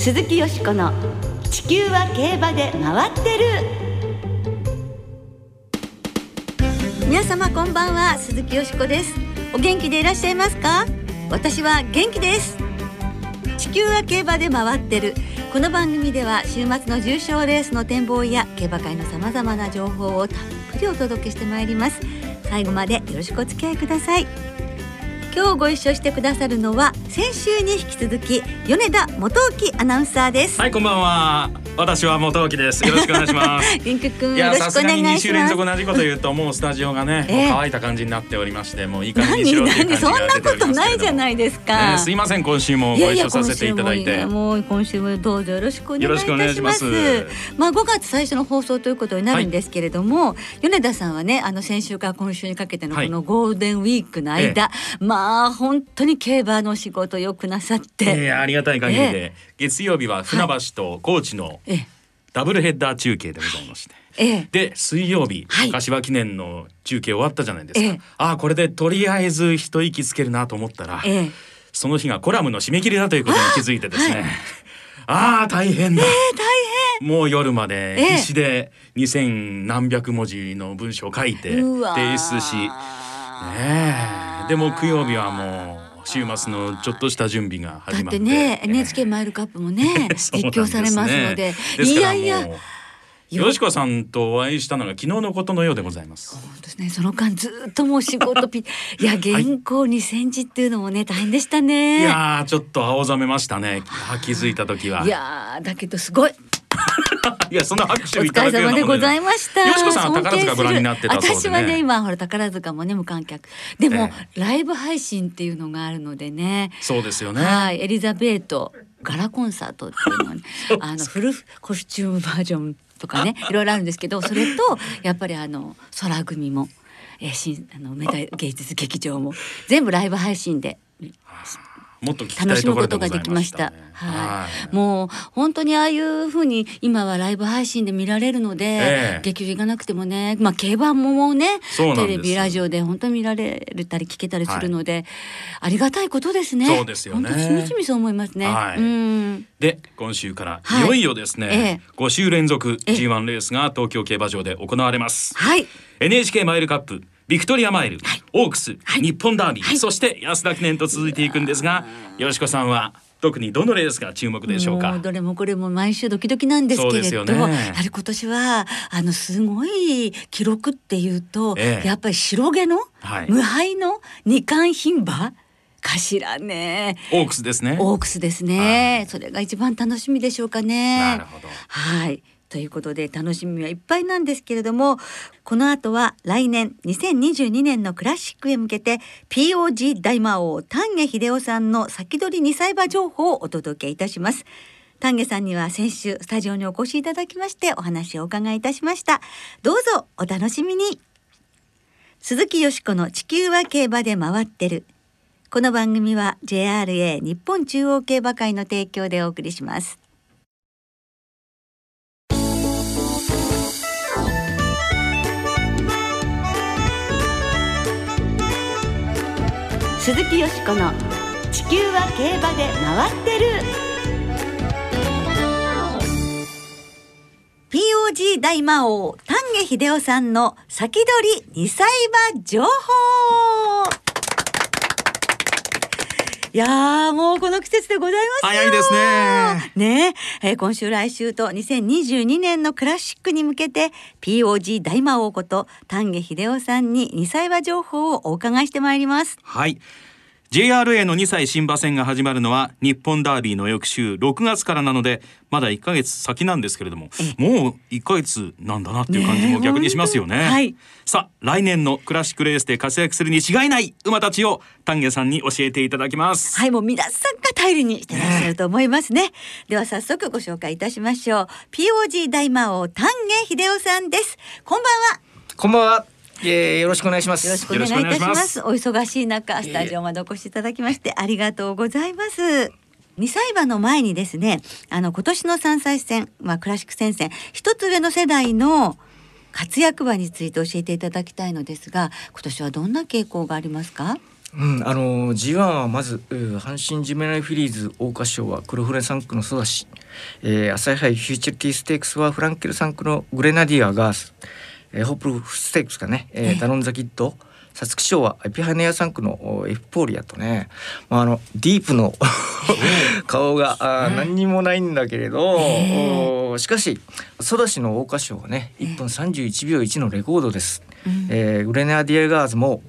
鈴木よしこの地球は競馬で回ってる。皆様こんばんは、鈴木よしこです。お元気でいらっしゃいますか？私は元気です。地球は競馬で回ってる。この番組では週末の重賞レースの展望や競馬会のさまざまな情報をたっぷりお届けしてまいります。最後までよろしくお付き合いください。今日ご一緒してくださるのは先週に引き続き米田元興アナウンサーです。 はい、こんばんは。私は元興です。よろしくお願いします元興くん、 いや、 よろしくお願いします。 さすがに2週連続同じこと言うともうスタジオがね、もう乾いた感じになっておりまして、もういい感じにしろっていう感じが出ておりますけれども、 そんなことないじゃないですか、 すいません、今週もご一緒させていただいて。 もう今週もどうぞよろしくお願いいたします。 よろしくお願いします。 5月最初の放送ということになるんですけれども、米田さんはね、先週から今週にかけてのこのゴールデンウィークの間、まあ本当に競馬の仕事よくなさって、 ありがたい限りで、月曜日は船橋と高知のダブルヘッダー中継でございまして、で水曜日、柏記念の中継終わったじゃないですか、これでとりあえず一息つけるなと思ったら、その日がコラムの締め切りだということに気づいてですね、大変だ、大変、もう夜まで必死で2000何百文字の文章を書いて提出し、で木曜日はもう週末のちょっとした準備が始まって、だってね、 NHK マイルカップもね実況されますので、 いやいや、よしこさんとお会いしたのが昨日のことのようでございます。 そうですね、その間ずっともう仕事いや原稿に戦時っていうのもね、大変でしたね。 いやちょっと青ざめましたね、気づいた時は。 いやだけどすごいいや、その拍手いただくようなもので。お疲れ様でございました。よしこさんは宝塚ご覧になってたそうでね。 私はね、今ほら宝塚もね無観客でも、ライブ配信っていうのがあるのでね。 そうですよね。 エリザベートガラコンサートっていうのは、ね、フルコスチュームバージョンとかねいろいろあるんですけど、それとやっぱり空組も、梅田芸術劇場も全部ライブ配信でもっと聞きたいところでございましたね。楽しむことができました。もう本当にああいう風に今はライブ配信で見られるので、劇場行かなくてもね、競馬もねテレビラジオで本当に見られたり聞けたりするので、ありがたいことですね。 そうですよね。 本当しみじみそう思いますね。 で今週からいよいよですね、5週連続 G1 レースが東京競馬場で行われます。NHK マイルカップ、ビクトリアマイル、オークス、日本ダービー、そして安田記念と続いていくんですが、よしこさんは特にどのレースが注目でしょうか？ もうどれもこれも毎週ドキドキなんですけれど、やはり今年はすごい記録っていうと、やっぱり白毛の、無敗の二冠牝馬かしらね。 オークスですね。 オークスですね。それが一番楽しみでしょうかね。 なるほど。 ということで楽しみはいっぱいなんですけれども、この後は来年2022年のクラシックへ向けて POG 大魔王丹下秀夫さんの先取り2歳馬情報をお届けいたします。丹下さんには先週スタジオにお越しいただきましてお話をお伺いいたしました。どうぞお楽しみに。鈴木よしこの地球は競馬で回ってる。この番組は JRA 日本中央競馬会の提供でお送りします。鈴木よしこの地球は競馬で回ってる。 POG 大魔王丹下秀夫さんの先取り2歳馬情報。いやもうこの季節でございますよ。 早いですね。今週来週と2022年のクラシックに向けて POG 大魔王こと丹下秀夫さんに2歳馬情報をお伺いしてまいります。 JRA の2歳新馬戦が始まるのは日本ダービーの翌週6月からなので、まだ1ヶ月先なんですけれども、もう1ヶ月なんだなっていう感じも逆にしますよね。さあ来年のクラシックレースで活躍するに違いない馬たちを丹下さんに教えていただきます。 もう皆さんが頼りにしてらっしゃると思いますね。では早速ご紹介いたしましょう。 POG 大魔王丹下秀夫さんです。こんばんは。 こんばんは。よろしくお願いします。 よろしくお願いいたします。お忙しい中スタジオまでお越しいただきましてありがとうございます。2歳馬の前にですね、今年の3歳戦、クラシック戦線一つ上の世代の活躍馬について教えていただきたいのですが、今年はどんな傾向がありますか？ G1 はまず阪神ジュメナイフィリーズ桜花賞は黒船3区のソダシ、朝日杯フューチャリティステークスはフランケル3区のグレナディアガース、ホップステークスかね、ダノンザキッド、皐月賞はエピハネア3区のエフポーリアとね、ディープの顔が何にもないんだけれど、しかしソダシの桜花賞はね1分31秒1のレコードです。グレナディアガーズも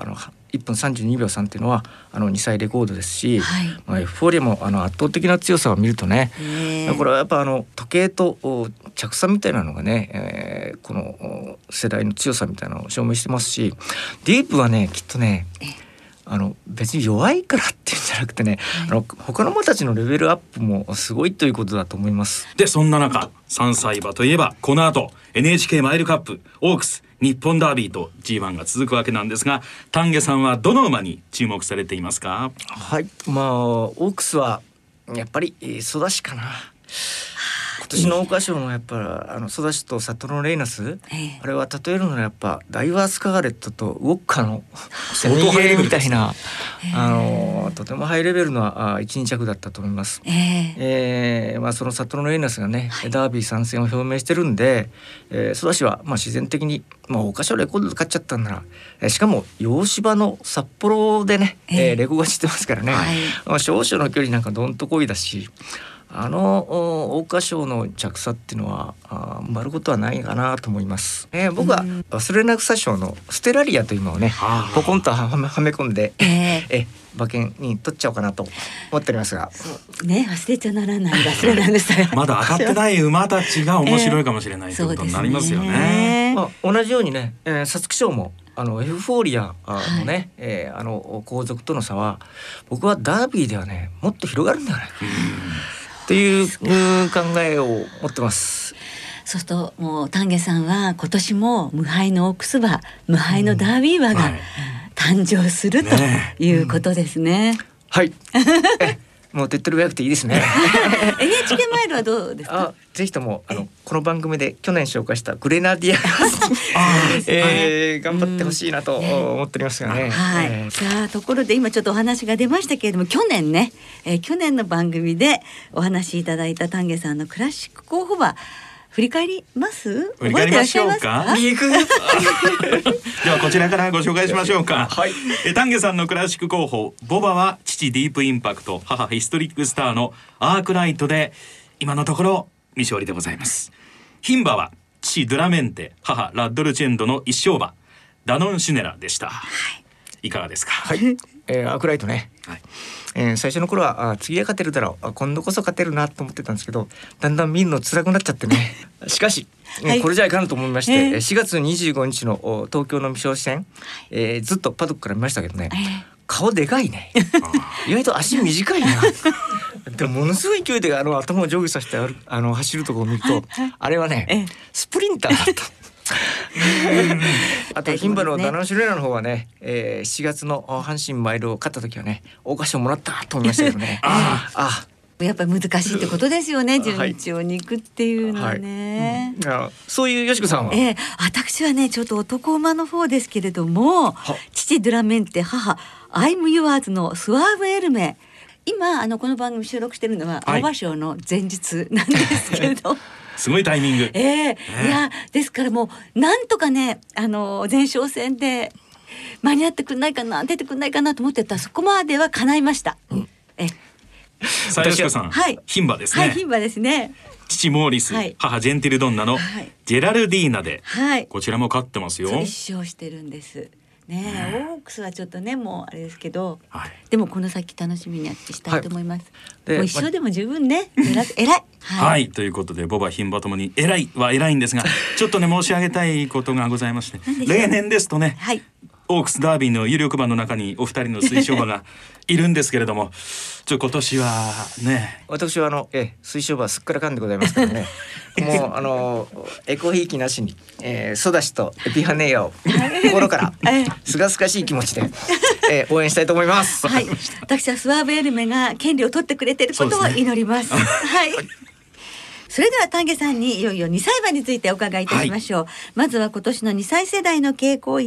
1分32秒3っていうのは2歳レコードですし、エフフォーリアも圧倒的な強さを見るとね、これはやっぱ時計と着差みたいなのがね、この世代の強さみたいなのを証明してますし、ディープはねきっとね別に弱いからっていうんじゃなくてね、他の馬たちのレベルアップもすごいということだと思います。 でそんな中3歳馬といえばこの後 NHK マイルカップ、オークス、日本ダービーと G1 が続くわけなんですが、丹下さんはどの馬に注目されていますか？ はい、オークスはやっぱりソダシかな。今年の桜花賞のやっぱソダシとサトロレイナス、あれは例えるのはやっぱダイワースカガレットとウォッカのせめぎ合いみたいな、とてもハイレベルな1、2着だったと思います。そのサトロレイナスがね、ダービー参戦を表明してるんで、ソダシは自然的に桜花賞レコードで勝っちゃったんなら、しかも洋芝の札幌でね、レコ勝ちしてますからね、少々の距離なんかどんとこいだし、桜花賞の着差っていうのは埋まることはないかなと思います。僕は忘れなくさ賞のステラリアというのをねポコンとはめ込んで、馬券に取っちゃおうかなと思っておりますが、 ね、忘れちゃならない忘れなくさまだ当たってない馬たちが面白いかもしれないということになりますよね。 同じようにね、皐月賞もエフフォーリアのね、後続との差は僕はダービーではねもっと広がるんじゃないかという考えを持ってます。 そうするともう丹下さんは今年も無敗のオークス馬、無敗のダービー馬が誕生するということですね。 はい。もう手っ取り早くていいですね。 NHK マイルはどうですか？ ぜひともこの番組で去年紹介したグレナディア頑張ってほしいなと思っておりますがね。 さあところで今ちょっとお話が出ましたけれども、去年ね、去年の番組でお話しいただいた丹下さんのクラシック候補馬振り返ります？ 振り返りましょうか。ではこちらからご紹介しましょうか。丹下さんのクラシック候補、ボバは父ディープインパクト、母ヒストリックスターのアークライトで今のところ未勝利でございます。牝馬は父ドゥラメンテ、母ラッドルチェンドの一勝馬ダノンシュネラでした。いかがですか？ アークライトね、最初の頃は次は勝てるだろう、今度こそ勝てるなと思ってたんですけど、だんだん見るの辛くなっちゃってねしかし、これじゃいかんと思いまして、4月25日の東京の未勝戦、ずっとパドックから見ましたけどね、顔でかいね意外と足短いなでもものすごい勢いで頭を上下させて走るところを見ると、あれはねスプリンターだったあと牝馬のダノンシュレラの方はね、7月の阪神マイルを勝った時はね桜花賞もらったと思いましたけどねやっぱり難しいってことですよね、順調に行くっていうのはね、 そういうよしこさんは、 私はねちょっと男馬の方ですけれども、父ドゥラメンテ、母アイムユアーズのスワーブエルメ、今この番組収録してるのは青葉賞の前日なんですけれどすごいタイミング。 いやですからもうなんとかね前哨戦で間に合ってくんないかな、出てくんないかなと思ってたら、そこまでは叶いました。 さやしこさん、牝馬ですね。 牝馬ですね。 父モーリス、母ジェンティルドンナのジェラルディーナで、こちらも勝ってますよ。 一勝してるんですね。オークスはちょっとねもうあれですけど、でもこの先楽しみにしたいと思います。もう一勝でも十分ね、偉い。 ということでボバ牝馬ともに偉いは偉いんですが、ちょっとね申し上げたいことがございまして、例年ですとね、オークスダービーの有力馬の中にお二人の推奨馬がいるんですけれども、今年はね、 私は推奨馬すっからかんでございますからねもうエコひいきなしに、ソダシとエピハネイアを心からすがすがしい気持ちで、応援したいと思います。 私はスワーブエルメが権利を取ってくれていることを祈ります。それでは丹下さんにいよいよ2歳馬についてお伺いいたしましょう。まずは今年の2歳世代の傾向や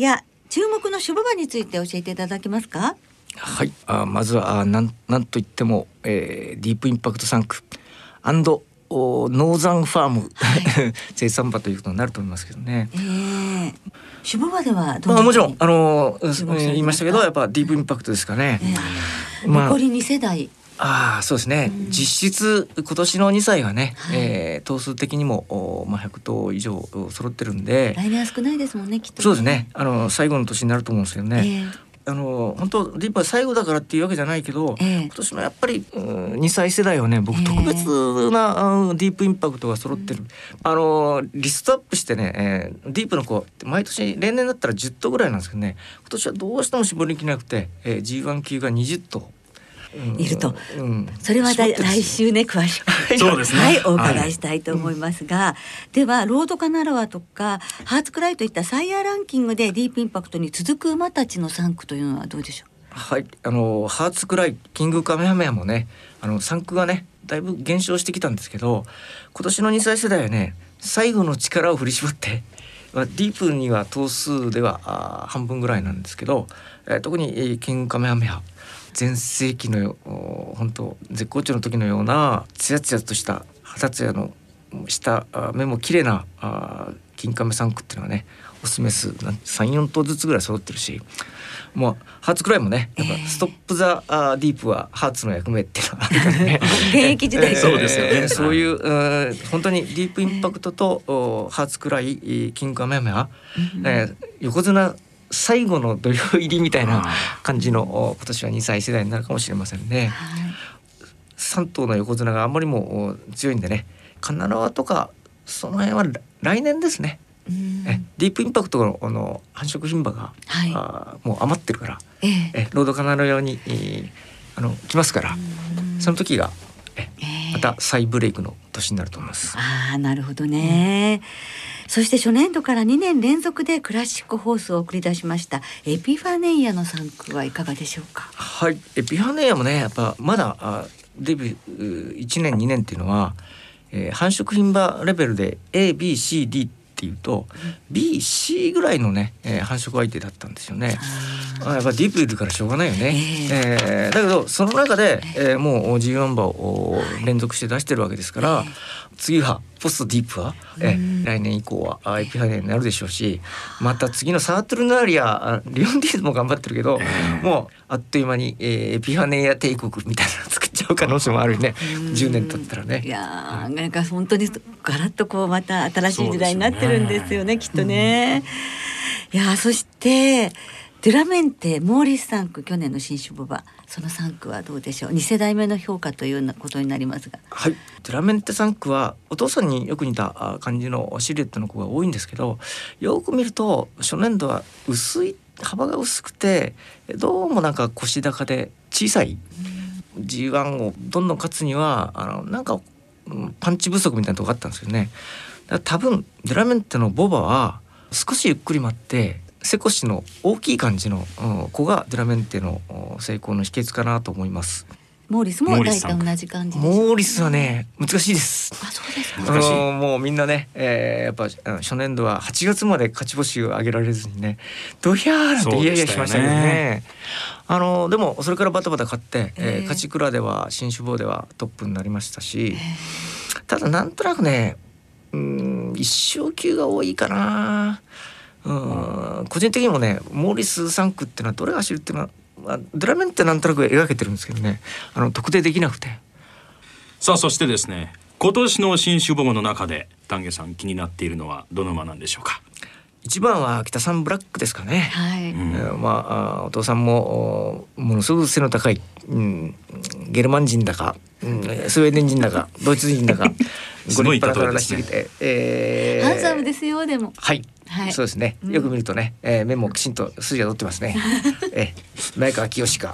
注目の種牡馬について教えていただけますか？ はい、まずはなんといっても、ディープインパクト3区ノーザンファーム、はい、生産馬ということになると思いますけどね。 種牡馬ではもちろん言いましたけど、やっぱディープインパクトですかね。 残り2世代。 そうですね、実質今年の2歳がね、頭数的にも100頭以上揃ってるんで、 来年は少ないですもんね、きっとね。 そうですね、最後の年になると思うんですけどね、本当ディープは最後だからっていうわけじゃないけど、今年のやっぱり2歳世代はね、僕特別なディープインパクトが揃ってる、リストアップしてね、ディープの子毎年例年だったら10頭ぐらいなんですけどね、今年はどうしても絞りきれなくて、G1 級が20頭いると、それは来週ね詳しくそうですね、 はい、お伺いしたいと思いますが、ではロードカナロアとかハーツクライといったサイヤーランキングでディープインパクトに続く馬たちの3区というのはどうでしょう？ はい、ハーツクライ、キングカメハメハもね、3区がねだいぶ減少してきたんですけど、今年の2歳世代はね最後の力を振り絞って、ディープには頭数では半分ぐらいなんですけど、特にキングカメハメハ全盛期の本当絶好調の時のようなツヤツヤとした肌ツヤのした目も綺麗な金亀3区っていうのはね、オスメス 3,4 頭ずつぐらい揃ってるし、もうハーツくらいもねやっぱストップザディープはハーツの役目っていうのがあるからね現役時代そうですよね。 そういう本当にディープインパクトとハーツくらいキングカメハメハ、横綱最後の土俵入りみたいな感じの今年は2歳世代になるかもしれませんね。3頭の横綱があんまりも強いんでね、カナラワとかその辺は来年ですね。ディープインパクトの繁殖牝馬が、もう余ってるから、ロードカナラ用に、来ますから、その時がまた再ブレイクの年になると思います。 なるほどね。そして初年度から2年連続でクラシックホースを送り出しましたエピファネイアの3区はいかがでしょうか？ はい、エピファネイアもねやっぱまだデビュー1年2年っていうのは、繁殖牝馬レベルで ABCD っていうと、BC ぐらいのね、繁殖相手だったんですよね。やっぱディープいるからしょうがないよね。だけどその中で、もう G1 馬を連続して出してるわけですから、次はポストディープは、来年以降はエピファネイアになるでしょうし、また次のサートルナーリアリオンディーズも頑張ってるけど、もうあっという間に、エピファネイア帝国みたいなの作っちゃう可能性もあるね。10年経ったらね。 いやなんか本当にガラッとこうまた新しい時代になってるんですよね、きっとね。いやそしてデュラメンテモーリス3区、去年の新種牡馬、その3区はどうでしょう？2世代目の評価というようなことになりますが。 はい、デュラメンテ3区はお父さんによく似た感じのシルエットの子が多いんですけど、よく見ると初年度は薄い、幅が薄くてどうもなんか腰高で小さい、G1 をどんどん勝つにはなんかパンチ不足みたいなとこがあったんですよね。だから多分デュラメンテのボバは少しゆっくり待って背腰の大きい感じの子がデュラメンテの成功の秘訣かなと思います。 モーリスも大体同じ感じでしょうか？ モーリスはね難しいです。 そうですか。 難しい。 もうみんなね、やっぱ初年度は8月まで勝ち星を上げられずにね、ドヒャーなんてイヤイヤしましたけどね。でもそれからバタバタ勝って、勝ち倉では新種牡ではトップになりましたし、ただなんとなくね一勝級が多いかな。個人的にもねモーリス3区っていうのはどれが走るっていうのはドラメンってなんとなく描けてるんですけどね、特定できなくて。 さあそしてですね、今年の新種牡馬の中で丹下さん気になっているのはどの馬なんでしょうか？ 一番は北さんブラックですかね。お父さんもものすごく背の高い、ゲルマン人だか、スウェーデン人だかドイツ人だかご立派な体してきて、 ハンサムですよ。でもはい、そうですね。よく見るとね、目もきちんと筋が取ってますね。前川清か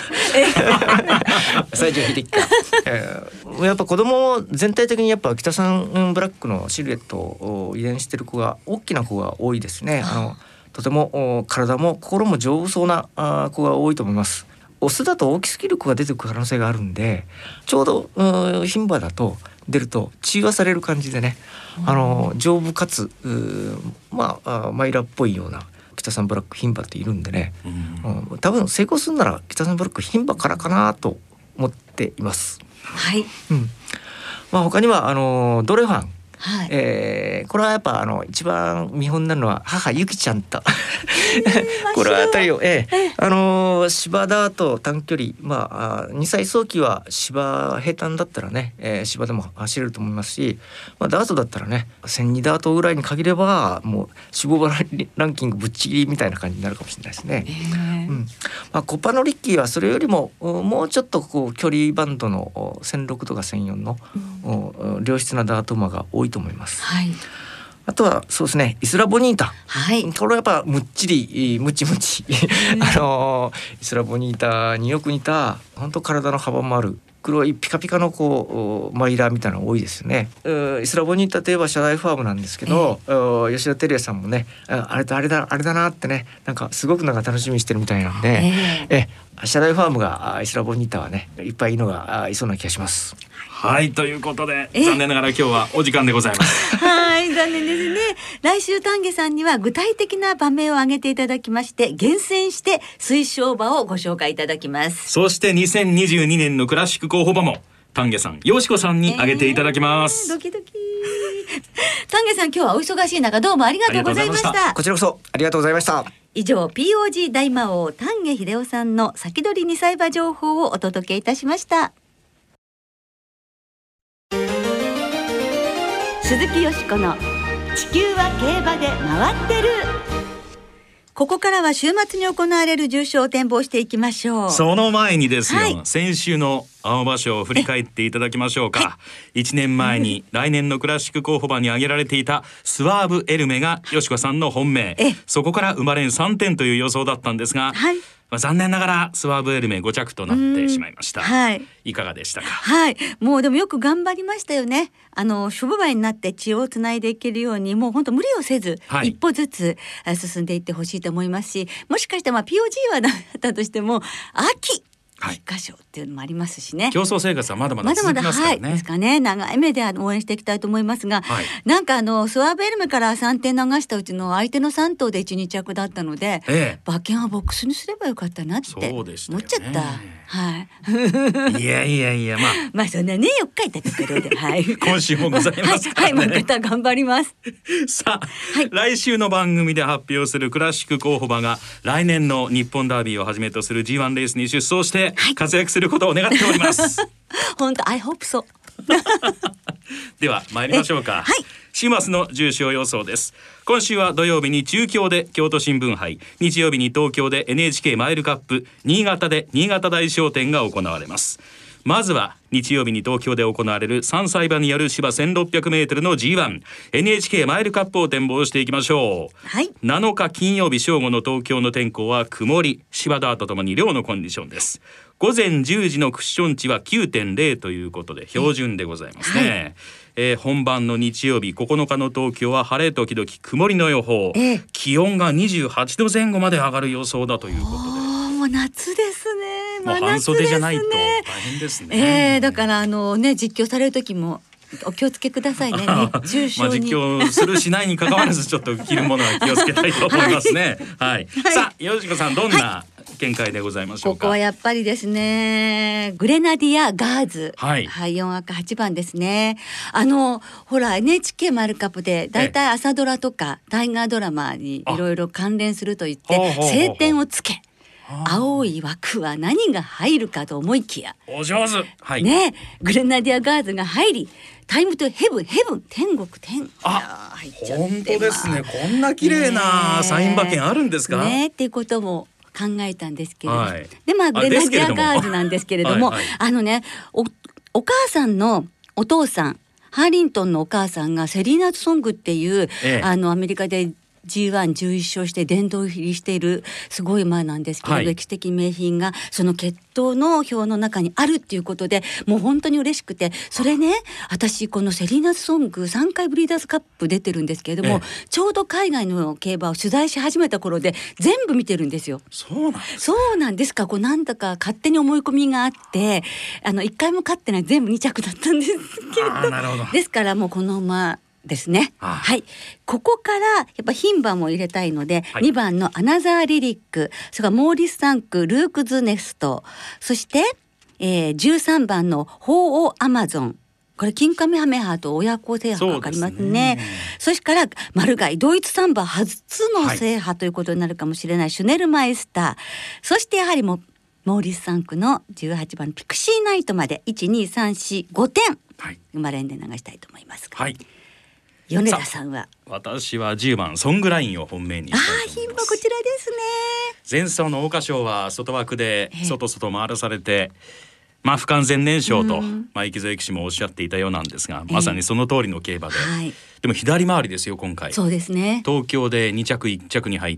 西城秀樹か、やっぱ子供全体的にやっぱ北さんブラックのシルエットを遺伝してる子が大きな子が多いですね。とても体も心も丈夫そうな子が多いと思います。オスだと大きすぎる子が出てくる可能性があるんで、ちょうど牝馬だと出ると中和される感じでね、丈夫かつマイラっぽいような、 北三ブラック牝馬っているんでね、多分成功するなら北三ブラック牝馬からかなと思っています。 はい、 他にはドレファン、 はい、 これはやっぱ一番見本になるのは母ゆきちゃんとこれはあたりを、芝ダート短距離、2歳早期は芝平坦だったらね、芝でも走れると思いますし、ダートだったらね1002ダートぐらいに限ればもう脂肪馬ランキングぶっちぎりみたいな感じになるかもしれないですね。コパノリッキーはそれよりももうちょっとこう距離バンドの1006とか1004の、良質なダート馬が多いと思います。 はい、 あとはそうですね、イスラボニータ、 はい、 これはやっぱムッチリムチムチイスラボニータによく似た本当体の幅もある黒いピカピカのこうマイラーみたいなのが多いですよね。イスラボニータといえばシャダイファームなんですけど、吉田照也さんもねあれだなってね、なんかすごく楽しみにしてるみたいなんで、シャダイファームがイスラボニータはねいっぱいいるのがいそうな気がします。 はい、ということで残念ながら今日はお時間でございます。 はい、残念ですね。来週丹下さんには具体的な場面を挙げていただきまして、厳選して推奨馬をご紹介いただきます。 そして2022年のクラシック候補馬も丹下さん、よしこさんに挙げていただきます。 ドキドキ。丹下さん、今日はお忙しい中どうもありがとうございました。 こちらこそありがとうございました。 以上 POG 大魔王丹下秀夫さんの先取り2歳馬情報をお届けいたしました。鈴木よしこの地球は競馬で回ってる。ここからは週末に行われる重賞を展望していきましょう。 その前にですよ、先週の青葉賞を振り返っていただきましょうか。1年前に来年のクラシック候補馬に挙げられていたスワーブエルメがよしこさんの本命、そこから生まれん3点という予想だったんですが、残念ながらスワーブエルメ5着となってしまいました。いかがでしたか。 もうでもよく頑張りましたよね。勝負馬になって血をつないでいけるように、もう本当無理をせず、一歩ずつ進んでいってほしいと思いますし、もしかしてPOG はだったとしても秋一箇所っていうのもありますしね。 競争生活はまだまだ続きますからね。 ですかね。長い目で応援していきたいと思いますが、なんかスワーブエルメから3点流したうちの相手の3頭で 1,2 着だったので、馬券はボックスにすればよかったなって思っちゃった。 いやまあそんなね4日いたところで、 今週もございますからね。 また頑張ります。 さあ、来週の番組で発表するクラシック候補馬が来年の日本ダービーをはじめとする G1 レースに出走して活躍することを願っております。 本当 I hope so では参りましょうか。週末の重賞予想です。今週は土曜日に中京で京都新聞杯、日曜日に東京で NHK マイルカップ、新潟で新潟大賞典が行われます。まずは日曜日に東京で行われる3歳馬による芝 1600m の G1 NHK マイルカップを展望していきましょう。7日金曜日正午の東京の天候は曇り、芝ダートともに良のコンディションです。午前10時のクッション値は 9.0 ということで標準でございますね。本番の日曜日9日の東京は晴れ時々曇りの予報、気温が28度前後まで上がる予想だということで、 もう夏ですね。 もう半袖じゃないと大変ですね。 だから実況される時もお気をつけくださいね。熱中症に実況するしないに関わらずちょっと着るものは気をつけたいと思いますね。さあ、よしこさんどんな見解でございましょうか。 ここはやっぱりですね、グレナディアガーズ、4赤8番ですね。ほら NHK マイルカップでだいたい朝ドラとか大河ドラマにいろいろ関連すると言って晴天をつけ、青い枠は何が入るかと思いきや、 お上手、 グレナディアガーズが入り、タイムトゥヘブン天国天入っちゃって、本当ですね。こんな綺麗なサイン馬券あるんですかねっていうことも考えたんですけれど、でグレナディアガーズなんですけれどもお母さんのお父さん、ハーリントンのお母さんがセリーナ・ソングっていう、アメリカでG111 勝して殿堂入りしているすごい馬なんですけど、歴史的名品がその血統の表の中にあるっていうことで、もう本当に嬉しくて、それね、私このセリーナソング3回ブリーダーズカップ出てるんですけれども、ちょうど海外の競馬を取材し始めた頃で全部見てるんですよ。そうなんですか。なんだか勝手に思い込みがあって、1回も勝ってない、全部2着だったんですけど、ですからもうこの馬ですね。はい。ここからやっぱ牝馬も入れたいので、2番のアナザーリリック、それからモーリス3区ルークズネスト、そして、13番の鳳凰アマゾン。これ金カメハメハと親子制覇がかかりますね。そしてからマルガイドイツ3馬初の制覇ということになるかもしれないシュネルマイスター、そしてやはりモーリス3区の18番ピクシーナイトまで 1,2,3,4,5 点、生まれんで流したいと思いますが、米田さんは？ 私は10番ソングラインを本命にしたいと思います。 牝馬こちらですね。 前走の桜花賞は外枠で外回らされて、不完全燃焼と、池添騎手もおっしゃっていたようなんですが、まさにその通りの競馬で、でも左回りですよ今回。 そうですね。 東京で2着1着に入って、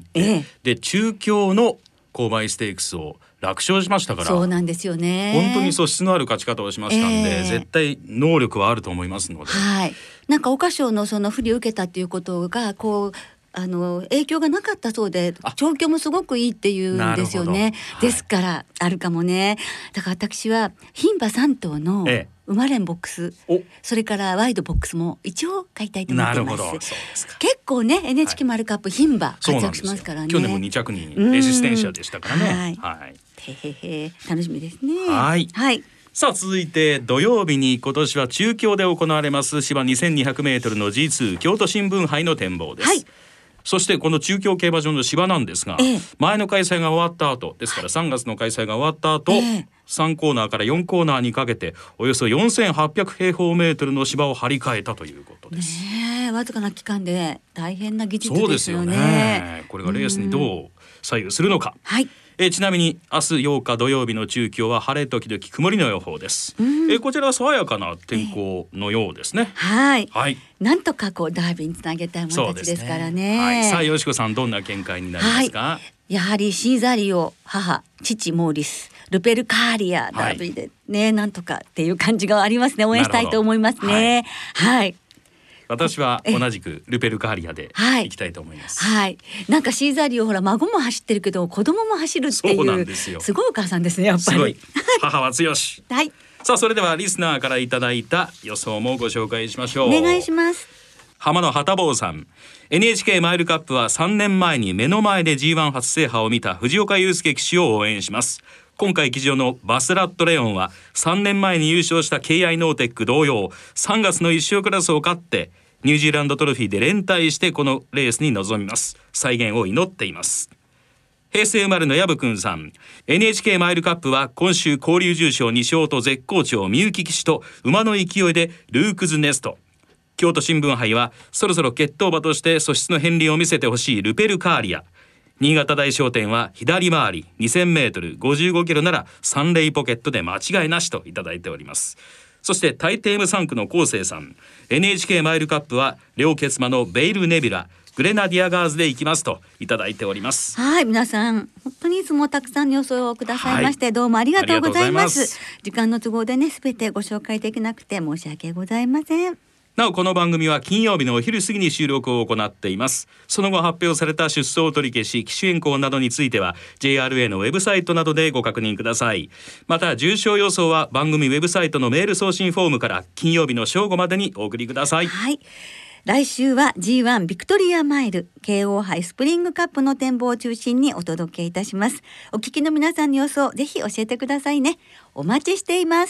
で中京の勾配ステークスを楽勝しましたから。 そうなんですよね。 本当に素質のある勝ち方をしましたんで、絶対能力はあると思いますので、 なんか桜花賞のその不利を受けたっていうことが影響がなかったそうで、調教もすごくいいっていうんですよね。ですからあるかもね。だから私は牝馬3頭の生まれんボックス、それからワイドボックスも一応買いたいと思っています。そうですか。結構ね NHK マルカップ牝馬活躍しますからね。 去年も2着にレジステンシアでしたからね。 楽しみですね。 さあ続いて土曜日に今年は中京で行われます芝 2200m の G2 京都新聞杯の展望です。そしてこの中京競馬場の芝なんですが、前の開催が終わった後ですから3月の開催が終わった後、3コーナーから4コーナーにかけておよそ4800平方メートルの芝を張り替えたということです。 わずかな期間で大変な技術ですよね。 そうですよね。これがレースにどう左右するのか。ちなみに明日8日土曜日の中京は晴れ時々曇りの予報です。こちらは爽やかな天候のようですね。なんとかダービーにつなげたい者たちですからね。 さあよしこさんどんな見解になりますか？ やはりシーザリオ母父モーリスルペルカーリアダービーでね、なんとかっていう感じがありますね。応援したいと思いますね。 私は同じくルペルカーリアで行きたいと思います。 なんかシーザリオほら孫も走ってるけど子供も走るっていうすごいお母さんですねやっぱり。すごい母は強し。さあそれではリスナーからいただいた予想もご紹介しましょう。 お願いします。 浜野旗坊さん、 NHK マイルカップは3年前に目の前で G1 初制覇を見た藤岡祐介騎手を応援します。今回騎乗のバスラットレオンは3年前に優勝した KI ノーテック同様3月の一勝クラスを勝ってニュージーランドトロフィーで連帯してこのレースに臨みます。再現を祈っています。平成生まれの薮くんさん、 NHK マイルカップは今週交流重賞2勝と絶好調みゆき騎手と馬の勢いでルークズネスト。京都新聞杯はそろそろ決闘馬として素質の片鱗を見せてほしいルペルカーリア。新潟大商店は左回り 2000m 55キロならサンレイポケットで間違いなしといただいております。そしてタイテーム3区の昴生さん、 NHK マイルカップは両決馬のベイルネビュラグレナディアガーズで行きますといただいております。 皆さん本当にいつもたくさんの予想をくださいまして、どうもありがとうございます。時間の都合でね全てご紹介できなくて申し訳ございません。 なおこの番組は金曜日のお昼過ぎに収録を行っています。その後発表された出走取り消し機種変更などについては JRA のウェブサイトなどでご確認ください。また重賞予想は番組ウェブサイトのメール送信フォームから金曜日の正午までにお送りください。 来週は G1 ビクトリアマイル KO 杯スプリングカップの展望を中心にお届けいたします。お聞きの皆さんの予想ぜひ教えてくださいね。お待ちしています。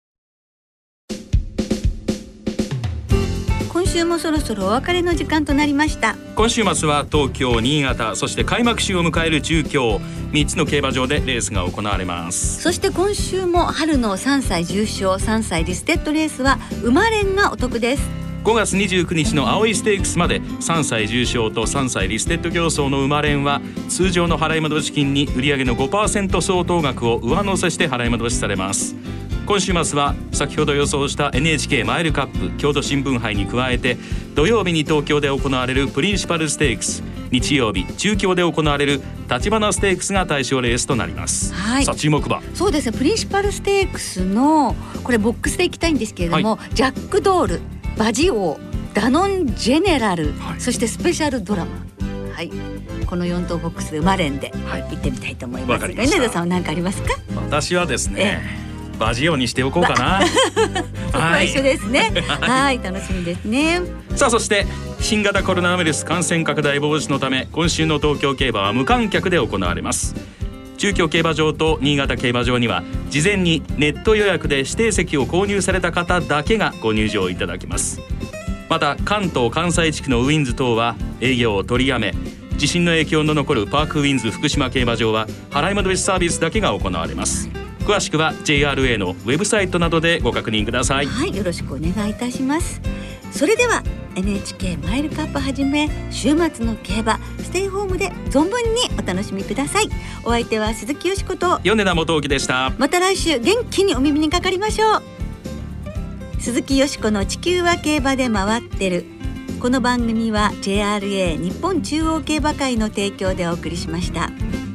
今週もそろそろお別れの時間となりました。 今週末は東京、新潟、そして開幕週を迎える中京3つの競馬場でレースが行われます。 そして今週も春の3歳重賞3歳リステッドレースは馬連がお得です。 5月29日の青いステークスまで3歳重賞と3歳リステッド競争の馬連は通常の払い戻し金に売上の 5% 相当額を上乗せして払い戻しされます。今週末は先ほど予想した NHK マイルカップ京都新聞杯に加えて土曜日に東京で行われるプリンシパルステークス、日曜日中京で行われる立花ステークスが対象レースとなります。さあ注目馬、 そうですね、プリンシパルステークスのこれボックスでいきたいんですけれども、ジャックドール、バジオー、ダノンジェネラル、そしてスペシャルドラマ、この4頭ボックスで馬連で行ってみたいと思いますが、米田さんは何かありますか？ 私はですね、 バジオにしておこうかな。 そこは一緒ですね。はい、楽しみですね。 さあそして新型コロナウイルス感染拡大防止のため今週の東京競馬は無観客で行われます。中京競馬場と新潟競馬場には事前にネット予約で指定席を購入された方だけがご入場いただけます。また関東関西地区のウィンズ等は営業を取りやめ、地震の影響の残るパークウィンズ福島競馬場は払い戻しサービスだけが行われます。詳しくは JRA のウェブサイトなどでご確認ください。 はい、よろしくお願いいたします。それでは NHK マイルカップはじめ週末の競馬ステイホームで存分にお楽しみください。お相手は鈴木よしこと米田元興でした。 また来週元気にお耳にかかりましょう。鈴木よしこの地球は競馬で回ってる。この番組は JRA 日本中央競馬会の提供でお送りしました。